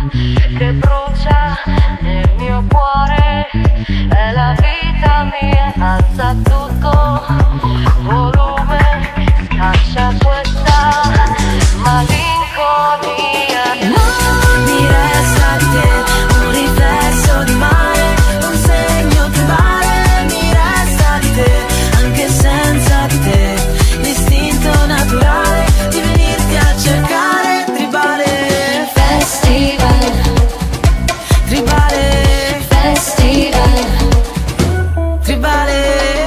che brucia nel mio cuore, è la vita mia, alza tutto volume, caccia questa malinconia. Non mi resta di te, un riflesso di mare, un segno tribale, mi resta di te, anche senza di te, l'istinto naturale di venirti a cercare, tribale. Festival, tribale, festival, tribale.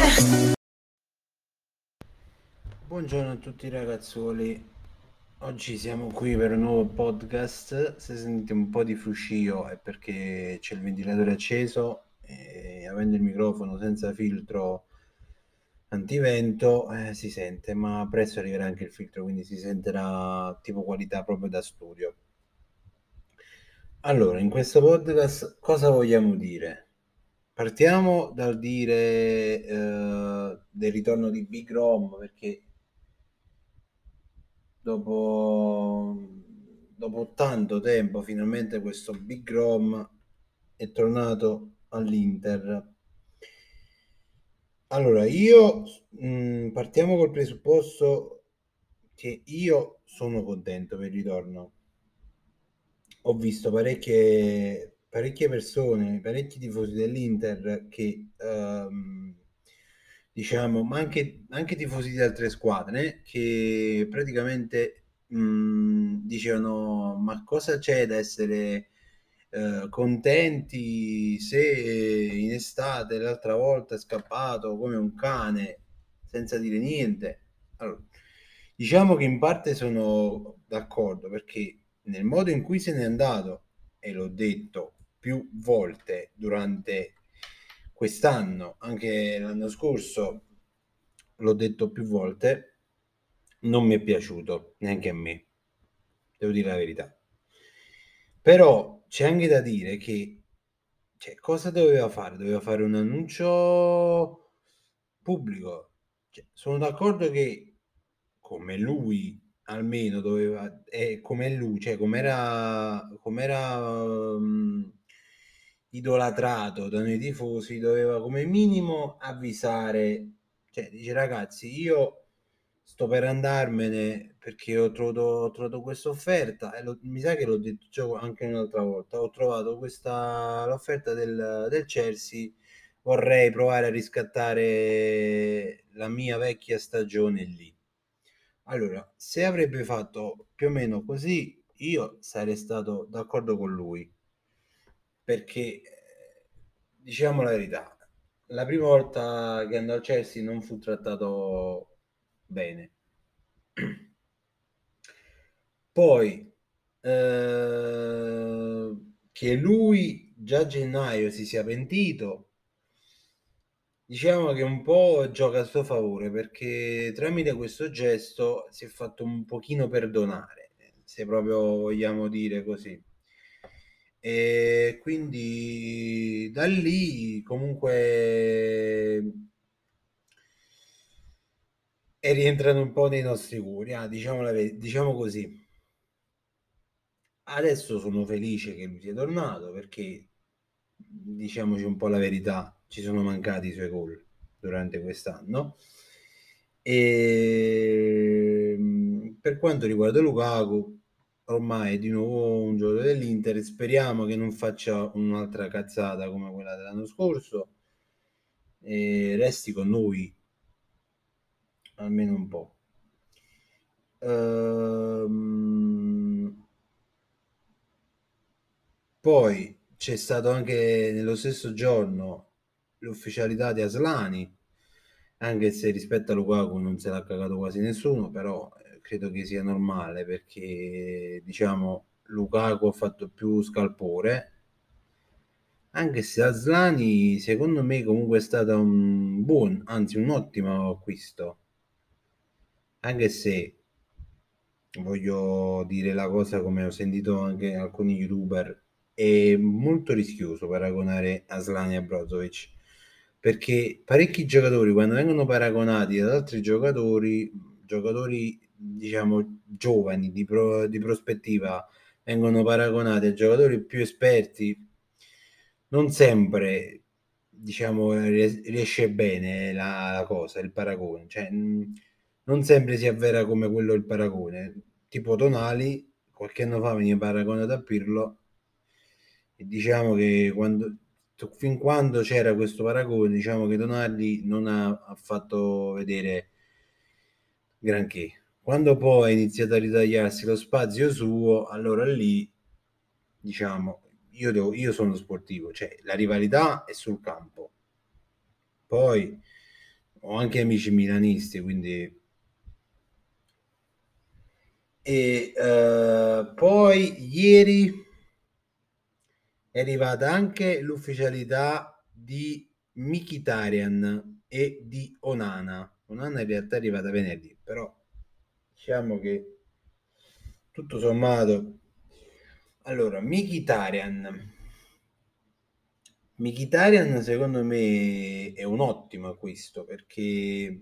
Buongiorno a tutti ragazzuoli, oggi siamo qui per un nuovo podcast. Se sentite un po' di fruscio è perché c'è il ventilatore acceso e avendo il microfono senza filtro antivento si sente, ma presto arriverà anche il filtro, quindi si sentirà tipo qualità proprio da studio. Allora, in questo podcast cosa vogliamo dire? Partiamo dal dire del ritorno di Big Rom, perché dopo tanto tempo finalmente questo Big Rom è tornato all'Inter. Allora, io partiamo col presupposto che io sono contento per il ritorno. Ho visto parecchie persone, parecchi tifosi dell'Inter che diciamo, ma anche tifosi di altre squadre che praticamente dicevano: ma cosa c'è da essere contenti se in estate l'altra volta è scappato come un cane senza dire niente? Allora, diciamo che in parte sono d'accordo, perché nel modo in cui se n'è andato, e l'ho detto più volte durante quest'anno, anche l'anno scorso l'ho detto più volte, non mi è piaciuto neanche a me, devo dire la verità. Però c'è anche da dire che, cioè, cosa doveva fare? Doveva fare un annuncio pubblico. Cioè, sono d'accordo che come lui almeno doveva, come lui, cioè come era idolatrato da noi tifosi, doveva come minimo avvisare, cioè dice: ragazzi, io sto per andarmene perché ho trovato questa offerta, e mi sa che l'ho detto già anche un'altra volta, ho trovato l'offerta del Chelsea, vorrei provare a riscattare la mia vecchia stagione lì. Allora, se avrebbe fatto più o meno così, io sarei stato d'accordo con lui, perché diciamo la verità, la prima volta che andò al Chelsea non fu trattato bene. Poi che lui già a gennaio si sia pentito, diciamo che un po' gioca a suo favore, perché tramite questo gesto si è fatto un pochino perdonare, se proprio vogliamo dire così. E quindi da lì comunque è rientrato un po' nei nostri cuori, diciamo così. Adesso sono felice che lui sia tornato, perché diciamoci un po' la verità, ci sono mancati i suoi gol durante quest'anno. E per quanto riguarda Lukaku, ormai è di nuovo un giocatore dell'Inter, speriamo che non faccia un'altra cazzata come quella dell'anno scorso e resti con noi almeno un po'. Poi c'è stato anche nello stesso giorno l'ufficialità di Aslani, anche se rispetto a Lukaku non se l'ha cagato quasi nessuno, però credo che sia normale, perché diciamo Lukaku ha fatto più scalpore, anche se Aslani secondo me comunque è stato un buon, anzi un ottimo acquisto, anche se voglio dire la cosa, come ho sentito anche alcuni youtuber, è molto rischioso paragonare Aslani a Brozovic, perché parecchi giocatori quando vengono paragonati ad altri giocatori diciamo giovani di prospettiva, vengono paragonati ai giocatori più esperti, non sempre, diciamo, riesce bene la cosa, il paragone. Cioè, non sempre si avvera come quello il paragone. Tipo Tonali, qualche anno fa veniva paragonato a Pirlo e diciamo che fin quando c'era questo paragone, diciamo che Tonali non ha fatto vedere granché. Quando poi ha iniziato a ritagliarsi lo spazio suo, allora lì, diciamo, io sono sportivo, cioè la rivalità è sul campo. Poi ho anche amici milanisti, quindi... poi ieri è arrivata anche l'ufficialità di Mkhitaryan e di Onana. Onana in realtà è arrivata venerdì, però diciamo che tutto sommato, allora, Mkhitaryan secondo me è un ottimo acquisto perché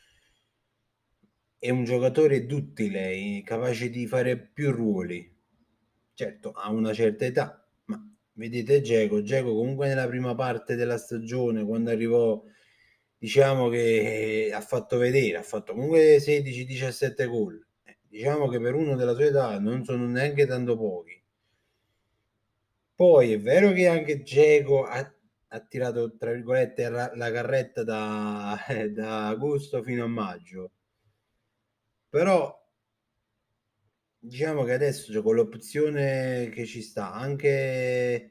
è un giocatore duttile, capace di fare più ruoli. Certo, ha una certa età, ma vedete Dzeko comunque nella prima parte della stagione, quando arrivò, diciamo che ha fatto vedere, ha fatto comunque 16-17 gol. Diciamo che per uno della sua età non sono neanche tanto pochi. Poi è vero che anche Dzeko ha tirato, tra virgolette, la carretta da agosto fino a maggio, però diciamo che adesso con l'opzione che ci sta anche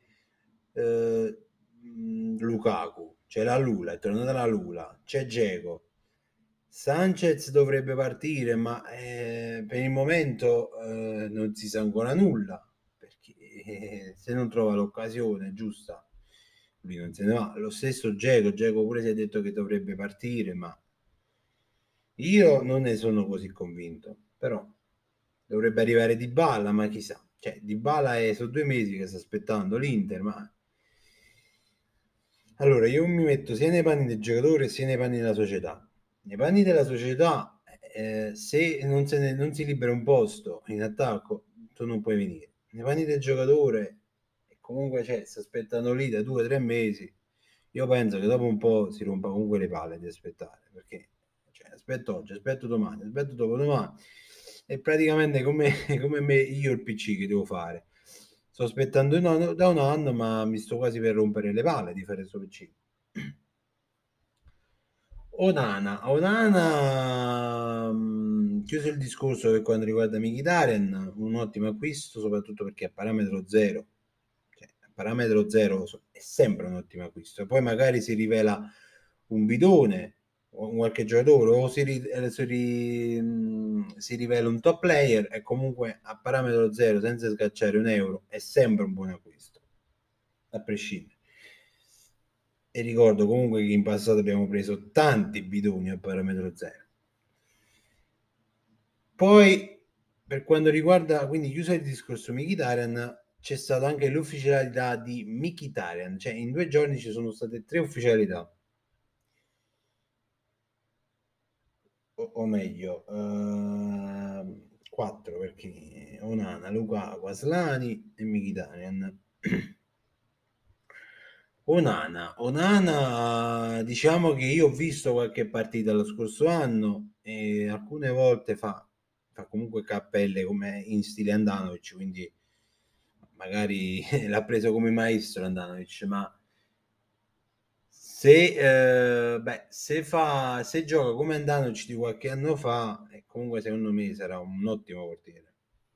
Lukaku, c'è la Lula, è tornata la Lula, c'è Dzeko, Sanchez dovrebbe partire, ma per il momento non si sa ancora nulla, perché se non trova l'occasione giusta, lui non se ne va. Lo stesso Dzeko pure si è detto che dovrebbe partire, ma io non ne sono così convinto, però dovrebbe arrivare Dybala, ma chissà. Cioè, Dybala sono 2 mesi che sta aspettando l'Inter, ma... Allora, io mi metto sia nei panni del giocatore sia nei panni della società. Nei panni della società, se non si libera un posto in attacco, tu non puoi venire. Nei panni del giocatore, comunque si aspettano lì da 2 o 3 mesi. Io penso che dopo un po' si rompa comunque le palle di aspettare, perché aspetto oggi, aspetto domani, aspetto dopodomani. È praticamente come, come me, io il PC che devo fare. Sto aspettando da un anno, ma mi sto quasi per rompere le palle di fare questo PC. Onana, chiuso il discorso per quanto riguarda Mkhitaryan, un ottimo acquisto, soprattutto perché a parametro zero, cioè a parametro zero è sempre un ottimo acquisto. Poi magari si rivela un bidone o qualche giocatore o si rivela un top player e comunque a parametro zero, senza scacciare un euro, è sempre un buon acquisto, a prescindere. E ricordo comunque che in passato abbiamo preso tanti bidoni a parametro zero. Poi, per quanto riguarda, quindi chiuso il discorso Mkhitaryan, c'è stata anche l'ufficialità di Mkhitaryan, cioè in 2 giorni ci sono state 3 ufficialità. O meglio, 4 perché Onana, Lukaku, Aslani e Mkhitaryan. Onana, diciamo che io ho visto qualche partita lo scorso anno e alcune volte fa comunque cappelle come in stile Andanovic, quindi magari l'ha preso come maestro Andanovic, ma se gioca come Andanovic di qualche anno fa, comunque secondo me sarà un ottimo portiere.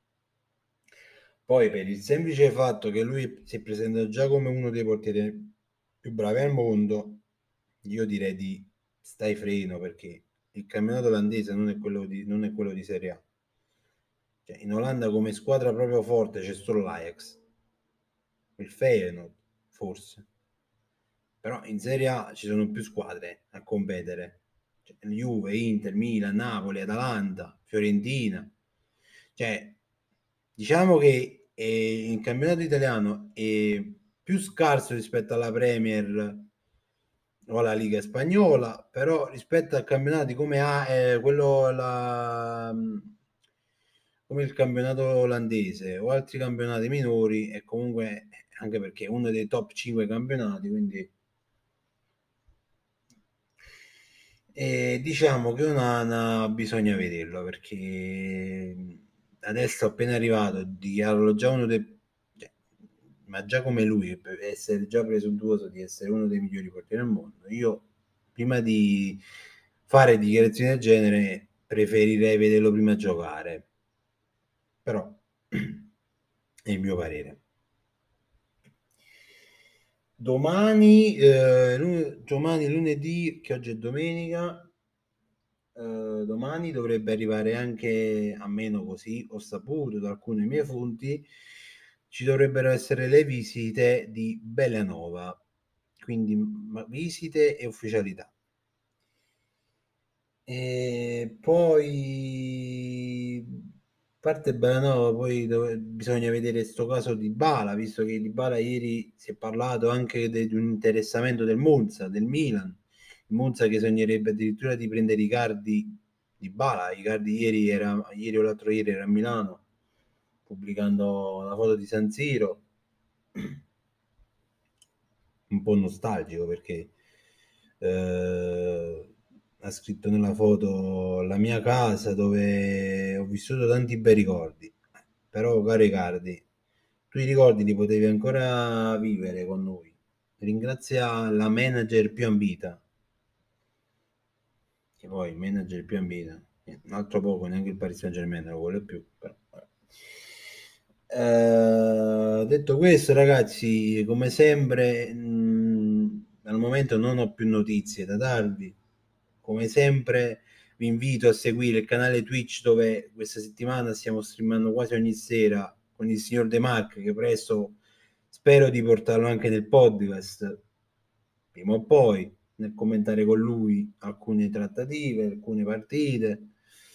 Poi per il semplice fatto che lui si presenta già come uno dei portieri più bravi al mondo, io direi di stai freno perché il campionato olandese non è quello di Serie A. Cioè, in Olanda come squadra proprio forte c'è solo l'Ajax, il Feyenoord forse, però in Serie A ci sono più squadre a competere. Cioè, Juve, Inter, Milan, Napoli, Atalanta, Fiorentina. Cioè, diciamo che il campionato italiano è più scarso rispetto alla Premier o alla Liga spagnola, però rispetto a campionati come come il campionato olandese o altri campionati minori, è comunque, anche perché è uno dei top 5 campionati, quindi diciamo che Onana bisogna vederlo, perché adesso appena arrivato, dichiararlo già uno dei, cioè, ma già come lui, per essere già presuntuoso di essere uno dei migliori portieri al mondo, io prima di fare dichiarazioni del genere preferirei vederlo prima giocare, però è il mio parere. Domani lunedì, che oggi è domenica, domani dovrebbe arrivare anche, a meno così ho saputo da alcune mie fonti, ci dovrebbero essere le visite di Bellanova, quindi visite e ufficialità. E poi, a parte Bellanova, poi bisogna vedere sto caso di Dybala, visto che Dybala ieri si è parlato anche di un interessamento del Monza, del Milan, il Monza che sognerebbe addirittura di prendere Icardi. Dybala, Icardi ieri o l'altro ieri era a Milano pubblicando la foto di San Siro, un po' nostalgico perché ha scritto nella foto la mia casa dove ho vissuto tanti bei ricordi, però caro Icardi, tu i ricordi li potevi ancora vivere con noi, ringrazia la manager più ambita, che poi il manager più ambita un altro poco, neanche il Paris Saint-Germain lo vuole più, però detto questo, ragazzi, come sempre al momento non ho più notizie da darvi. Come sempre vi invito a seguire il canale Twitch, dove questa settimana stiamo streamando quasi ogni sera con il signor De Marc, che presto spero di portarlo anche nel podcast prima o poi, nel commentare con lui alcune trattative, alcune partite.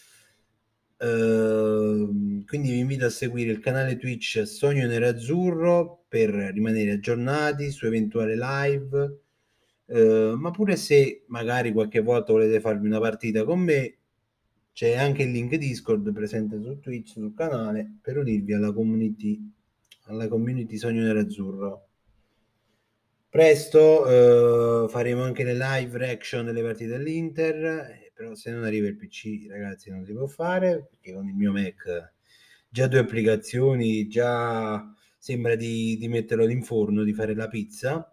Quindi vi invito a seguire il canale Twitch Sogno Nerazzurro per rimanere aggiornati su eventuali live, ma pure se magari qualche volta volete farvi una partita con me, c'è anche il link Discord presente su Twitch, sul canale, per unirvi alla community Sogno Nerazzurro. Presto faremo anche le live reaction delle partite dell'Inter, però se non arriva il PC, ragazzi, non si può fare, perché con il mio Mac già 2 applicazioni, già sembra di metterlo in forno, di fare la pizza.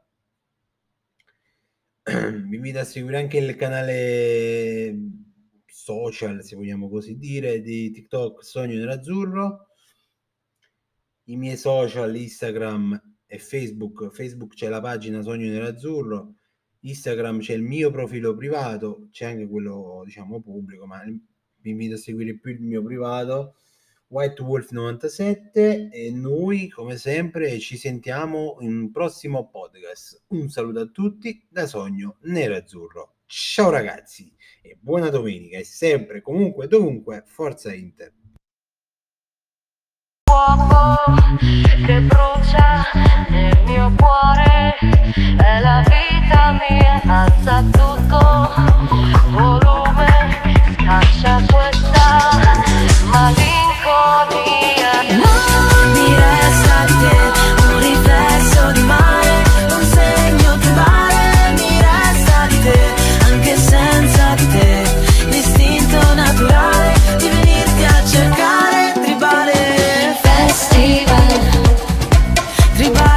Vi invito a seguire anche il canale social, se vogliamo così dire, di TikTok Sogno Nerazzurro, i miei social Instagram e Facebook c'è la pagina Sogno Nerazzurro, Instagram c'è il mio profilo privato, c'è anche quello diciamo pubblico, ma vi invito a seguire più il mio privato, White Wolf 97, e noi come sempre ci sentiamo in un prossimo podcast. Un saluto a tutti da Sogno Nerazzurro, ciao ragazzi e buona domenica, e sempre, comunque, dovunque, forza Inter. Che brucia nel mio cuore, è la vita mia, alza tutto volume, scaccia questa malinconia. Non mi resta di te un riflesso di mare, un segno tribale, mi resta di te anche senza di te, l'istinto naturale di venirti a cercare, tribale. Festival, tribale.